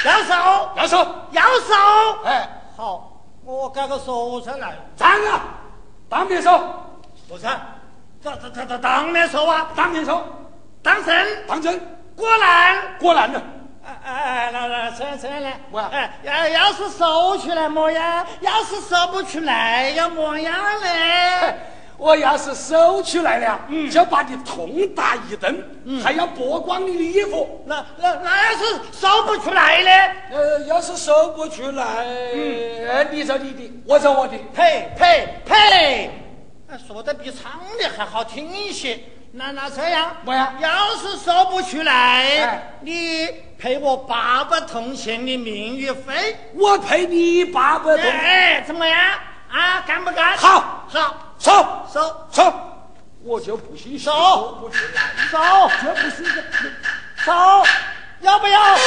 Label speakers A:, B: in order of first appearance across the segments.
A: 要收，
B: 要收，
A: 要收。
B: 哎，
A: 好，我改个说出来。
B: 站啊，当面收。
A: 不是，当面收啊，
B: 当面收，
A: 当真，
B: 当真，
A: 果然，
B: 果然的。
A: 那这来，
B: 我
A: 要是收出来么样？要是收不出来要么样呢？
B: 我要是收出来了，就把你痛打一顿，还要剥光你的衣服。
A: 那要是收不出来呢？
B: 要是收不出来，你走你的，我走我的，
A: 呸！说的比唱的还好听一些。那这样，
B: 么样？
A: 要是收不出来，你赔我800铜钱的名誉费。
B: 我赔你800铜。
A: 哎，怎么样？啊，干不干？
B: 好，收，我就不信
A: 收
B: 不出来，
A: 收，
B: 这不是
A: 收，要不要？啊？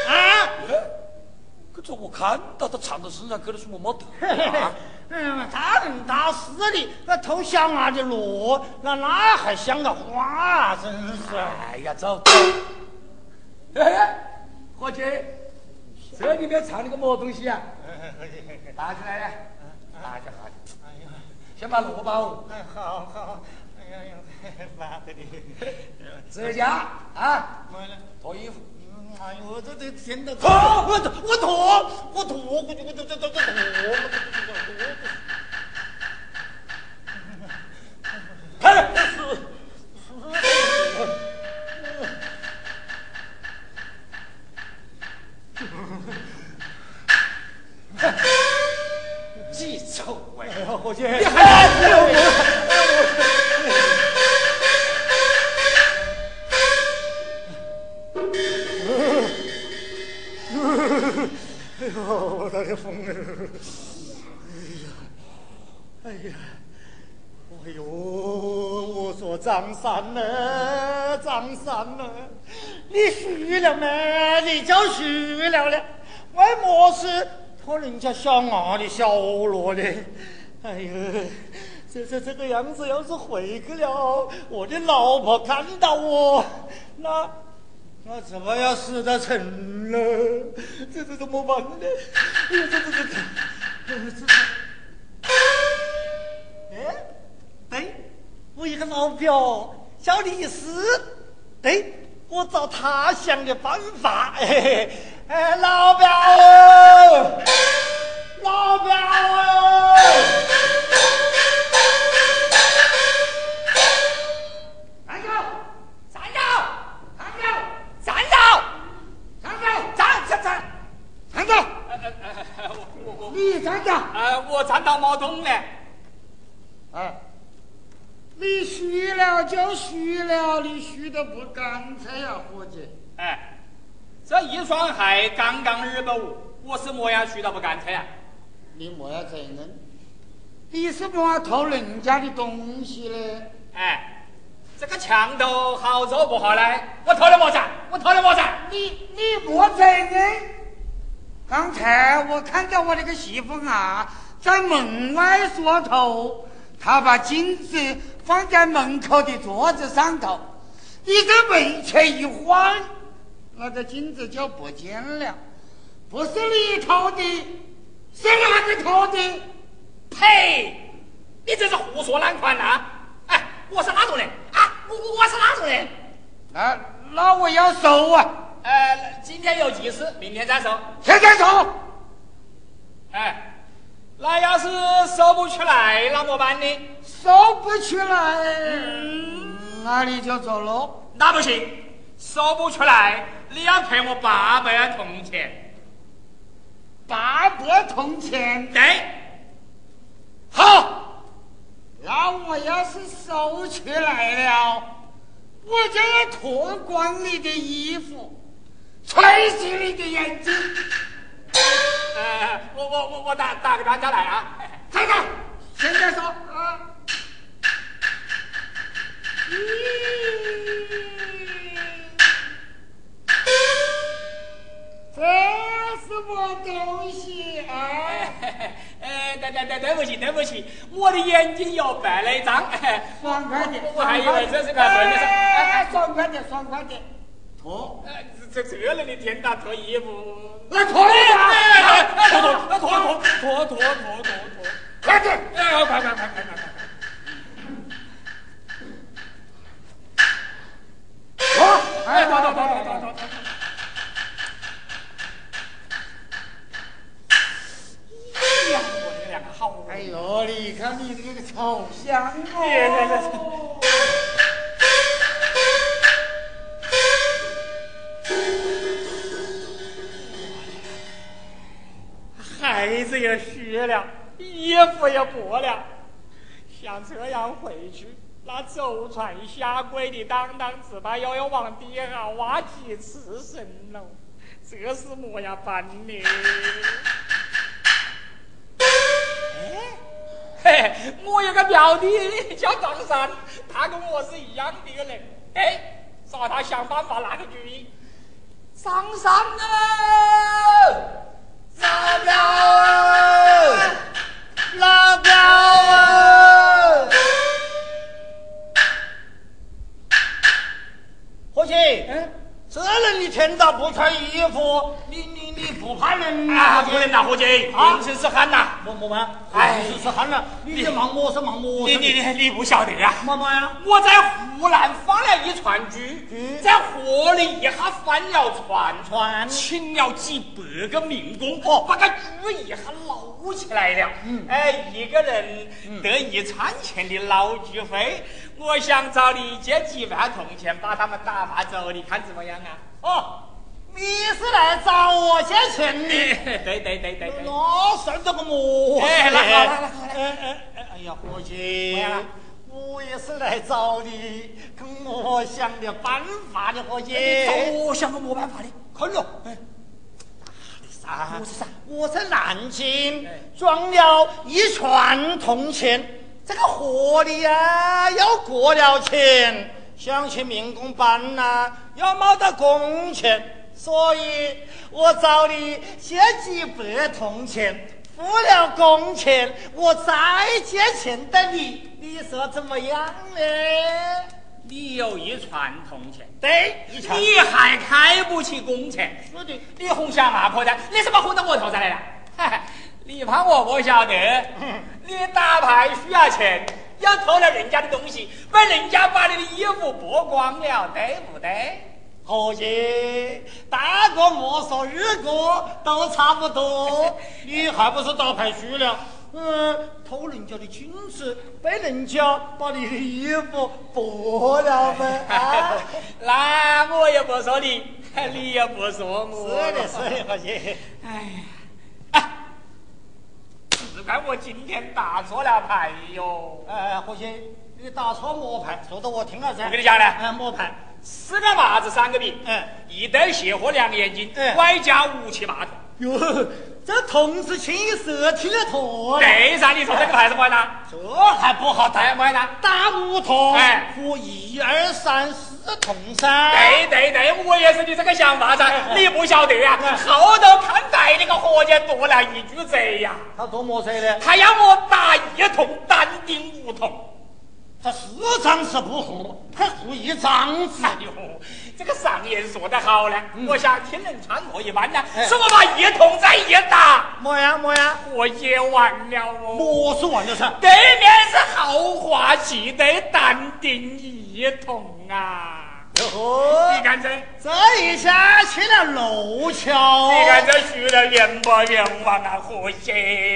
B: 可是我看到他唱到身上，可能是我没得。
A: 他能打死你，那偷小伢的路，那还像个花，真是。
B: 哎呀，走。伙计，这里面藏了个么东西啊？拿起来呀，拿起来。哎呀，先把萝卜。
A: 好。哎呀，妈的你！
B: 指甲啊，脱衣服。
A: 哎呦，这天都脱！我脱！
B: 记仇哎！
A: 伙计，
B: 你还
A: 哎呦，我的疯了！哎呀，我说张三呢？你虚了没？你就虚了了，为么事拖人家小伢的小罗呢？哎呀，这个样子，要是回去了，我的老婆看到我，那怎么要死得成了？这怎么办呢？对，我一个老表叫李四，对，我找他想的办法。老表哦，老表哦。站住！你站着！
B: 我站到毛东了。
A: 你虚了就虚了，你虚的不干脆呀，伙计。
B: 这一双鞋刚刚250，我是么样虚的不干脆啊？
A: 你莫要承认，你是莫要偷人家的东西嘞？
B: 这个墙头好走不好来，我偷了么子？
A: 你莫承认。刚才我看到我那个媳妇啊，在门外梳头，她把镜子放在门口的桌子上头，你这门前一晃，那个镜子就不见了。不是你偷的，是哪个偷的？
B: 呸！你这是胡说乱款啊！我是哪种人啊？我是哪种人？
A: 那我要收啊！
B: 今天有急事，明天再收。
A: 现在收。
B: 那要是收不出来，那么办呢？
A: 收不出来，那你就走喽。
B: 那不行，收不出来，你要赔我800铜钱。
A: 800铜钱？
B: 对。
A: 好，那我要是收出来了，我就要脱光你的衣服，吹醒你的眼睛。
B: 我打个专家来啊！
A: 站着，现在说啊！这是我东西啊！
B: 对不起，我的眼睛有白内障。
A: 爽快点！
B: 我还以为这是个孙子。
A: 爽快点！ 脱。
B: 这人的天大脱衣服，
A: 来脱了呀！
B: 脱！快点！快！脱！
A: 哎呦，你看你这个臭香哦！
B: 孩子也湿了，衣服也破了，像这样回去，那舟船下跪的当只怕要往地下挖几次深了，这是么样办呢？嘿，我有个表弟叫张三，他跟我是一样的人。哎，找他想办法拿个主意。张三啊，老表啊，老表啊！
A: 伙计，这人你天大不穿衣服，你不怕人
B: 啊？不能呐，伙计，凌晨是汗呐，
A: 么嘛？哎，是汗了，你忙么事？
B: 你不晓得呀？
A: 嘛呀？
B: 我在湖南放了一船猪，在河里一下翻了船，请了几百个民工，把个猪一下捞起来了。一个人得1000钱的捞猪费，我想找你借几万铜钱，把他们打发走，你看怎么样啊？
A: 哦。你是来找我借钱的？
B: 对，
A: 那算这个么？
B: 来，
A: 哎呀，伙计，我也是来找你跟我想的办法的，伙计。
B: 我想个么办法的？
A: 看了，我在南京装了1船铜钱，这个河里呀要过了钱，想请民工办呐，要没得工钱。所以我找你借几百铜钱，付了工钱，我再借钱的你说怎么样呢？
B: 你有1船铜钱，
A: 对，
B: 你还开不起工钱？
A: 是的，
B: 你红霞麻婆的，你是把混到我头上来了？你怕我不晓得？你打牌需要钱，要偷了人家的东西，被人家把你的衣服剥光了，对不对？
A: 伙计，大个莫说二个都差不多，你还不是打牌输了？偷人家的金子，被人家把你的衣服剥了呗？
B: 那我也不说你，你也不说我。
A: 是的，伙计。
B: 只怪我今天打错了牌哟。
A: 伙计，你打错么牌？说的我听了噻。
B: 我跟你讲呢，
A: 么牌
B: ？4个麻子3个饼，1对鞋和2眼睛，外加5、7、8桶。
A: 哟，这铜是清一色听了妥了。
B: 对噻，你说这个牌是不拿？
A: 这还不好打？
B: 不拿？
A: 打5桶，和1、2、3、4桶噻。
B: 对，我也是你这个想法噻。你不晓得呀，后头看待那个伙计多了一句贼呀。
A: 他做么贼呢？
B: 他要我打1桶，单顶5桶。
A: 他4张是不合，还合1张子。
B: 哎呦，这个上言说得好呢，我想听人传我一般呢，说我把1桶再一打，
A: 么呀？
B: 我也完了哦。
A: 么是完了噻？
B: 对面是豪华气得单顶1桶啊！
A: 哟，
B: 你看这
A: 一下去了楼桥。
B: 你看这输了冤不冤枉啊？伙计，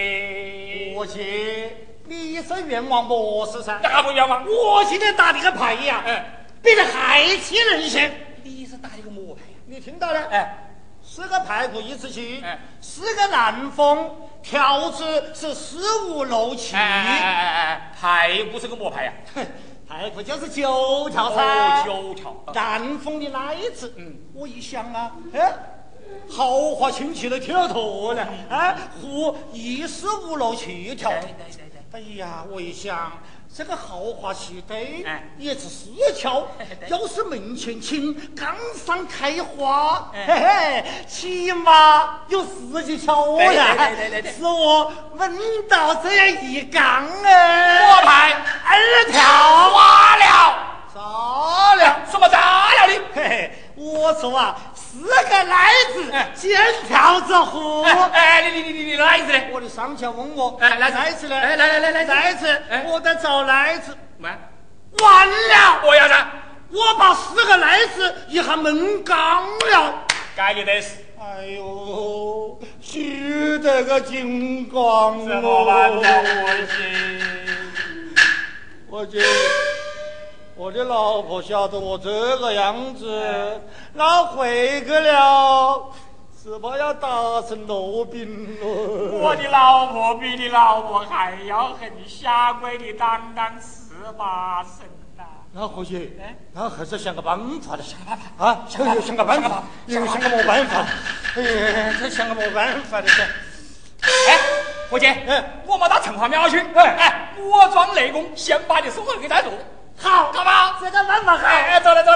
A: 你是冤枉么事噻？
B: 哪不冤枉？
A: 我今天打的个牌呀，比得还气人些。
B: 你是打的个么牌呀？
A: 你听到了？4个牌库1次起，4个南风，条子是4、5、6、7。
B: 牌不是个么牌呀？
A: 牌库就是9条噻。
B: 9条。
A: 南风的那一次，我一想啊，豪华亲戚都听了妥了和1、4、5、6、7条。哎呀，我一想，这个豪华气堆也是4条，要是门前青，岗上开花，起码有4几条了。是我闻到这样一缸
B: 摸牌
A: 2条，
B: 花了，
A: 炸了，
B: 什么炸了你？
A: 我说啊，4个奶子肩跳着河。
B: 你奶子呢？
A: 我的上前问我，
B: 奶
A: 子呢？
B: 来，
A: 奶子，我在找奶子。
B: 完
A: 了！
B: 我要啥？
A: 我把4个奶子一下闷刚了。
B: 该你的事。
A: 哎呦，虚得个精光
B: 怎么办呢？
A: 我的老婆晓得我这个样子，那回去了，只怕要打成烙饼了。
B: 我的老婆比你老婆还要狠，下跪的当当18声呐。
A: 那回去，那还是想个办法的，想个办法啊！想个办法，又想个没办法，这想个没办法的噻。
B: 伙计，我们到城隍庙去，我装内功，先把你送回去再做。
A: 好，
B: 好吧，
A: 这个办法好。
B: 走了。
A: 到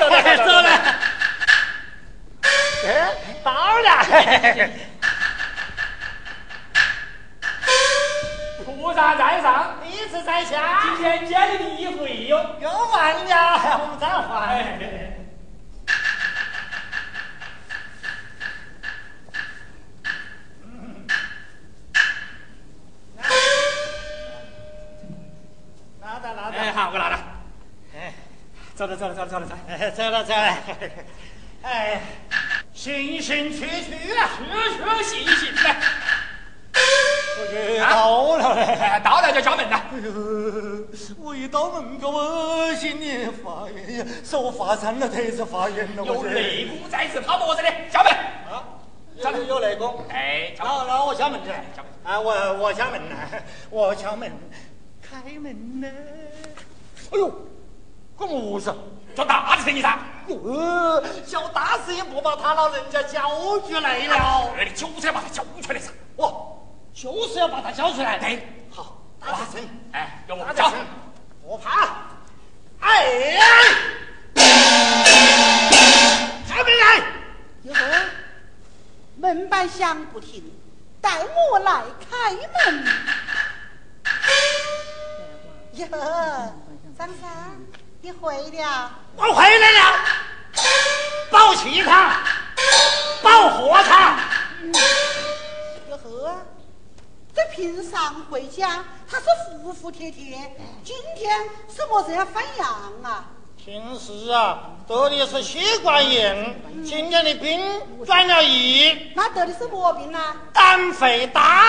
A: 了。
B: 菩萨在上，
A: 弟子在下。
B: 今天见你的一回哟，
A: 又忘了，我们再还。拿着。
B: 好，我拿了。走了。
A: 行去啊，
B: 行呗。
A: 到了嘞，
B: 到了就敲门了。
A: 我一到门口，我心里发炎呀，手发颤了，腿子发炎了。
B: 有内功在此，怕么子的？敲门。
A: 有内功。那我敲门去。我敲门呢，我敲门，开门呢。哎呦，干么事？
B: 做大的生意噻。
A: 叫大声也不把他老人家叫出来了。
B: 你就是要把他叫出来噻。
A: 就是要把他叫出来。
B: 对，
A: 好，大声。
B: 要我叫，
A: 我怕。开门来。
C: 哟，门板响不停，带我来开门。哟，张三，你回了？
A: 我回来了，抱起他，抱活他。
C: 哟呵，这平常回家他是服服帖帖，今天什么这样反样啊？
A: 平时啊得的是血管炎，今天的病转了移。
C: 那得的是么病啊？
A: 胆肥大。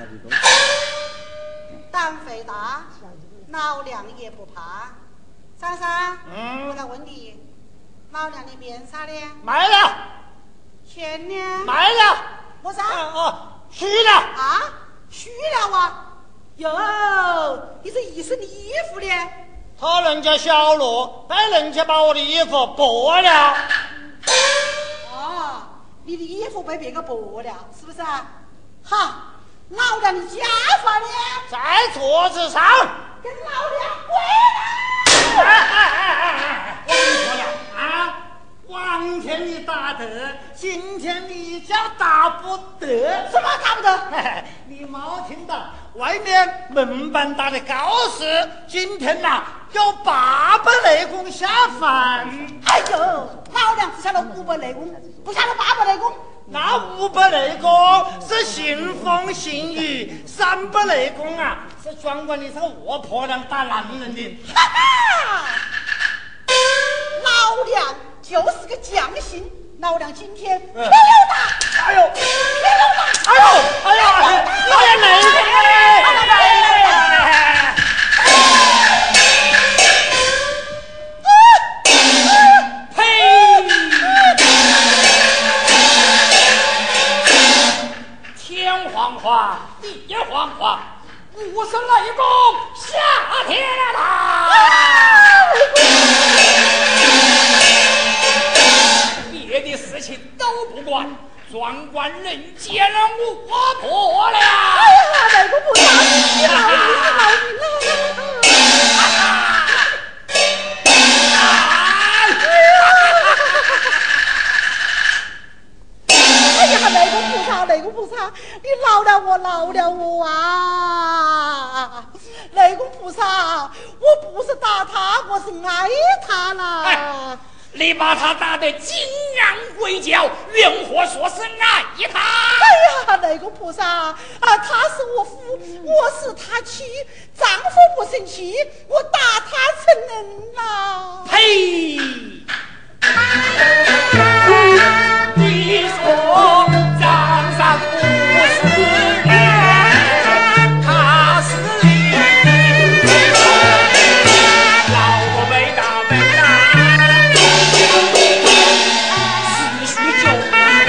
C: 胆肥大，老娘也不怕。珊珊，我来问你，老娘的面纱呢？
A: 卖了。
C: 钱呢？
A: 卖了。
C: 我啥？
A: 虚了。
C: 啊？虚了啊？哟，你这一身的衣服呢？
A: 他人家小罗被人家把我的衣服剥了。
C: 你的衣服被别个剥了，是不是啊？好，老娘的家法呢？
A: 在桌子上。
C: 跟老娘跪了！
A: 我跟你说了往天你打得，今天你叫打不得。
C: 什么打不得？
A: 你没听到外面门板打的告示，今天有800内功下凡。
C: 哎呦，老娘只下了500内功，不下了800内功。
A: 那500内功是腥风腥雨，300内功是专管你这个卧婆娘打男人的。
C: 哈哈，老娘就是个匠心，老娘今天没有打。
A: 哎呦，老爷内功。
B: 地黄黄，50内功下天堂。别的事情都不管，专管人间卧婆了。
C: 哎呀，内功不大，你老命了。哎呀，内功菩萨，你饶了我啊！内功菩萨，我不是打他，我是挨他了。
B: 你把他打得惊然鬼叫，怨火说是爱他。
C: 哎呀，那个菩萨啊，他是我夫，我是他妻，丈夫不生气，我打他成人呐。
B: 呸！你说张三不是人，他是你，老婆没大本呐，思绪就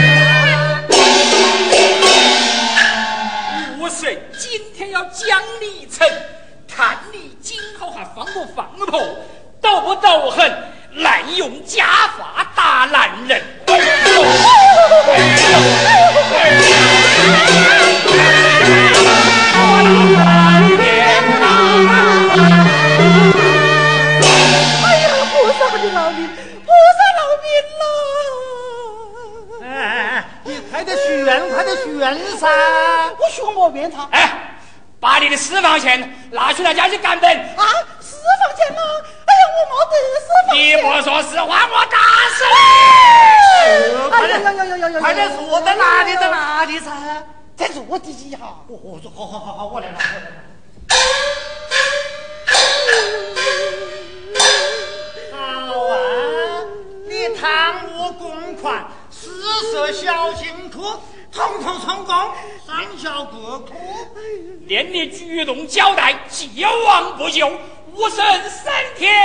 B: 武神今天要讲理成，看你今后还放不放破，斗不斗狠，滥用家法打男人。
C: 哎呀，菩萨的饶命，菩萨饶命了！
A: 哎，你快点炫，快点炫噻！
C: 我炫我怨他。
B: 哎，把你的私房钱拿去他家去干本。
C: 啊，私房钱吗？哎呀，我没得私房钱。
B: 你不说实话，我打死你！
A: 快点，快点说在哪里，在哪里噻？
C: 在坐地下。
A: 我说好，我来了。好啊，你贪污公款，私设小金库，统统充公，上缴国库。
B: 连你举动交代，既往不咎，无神3天。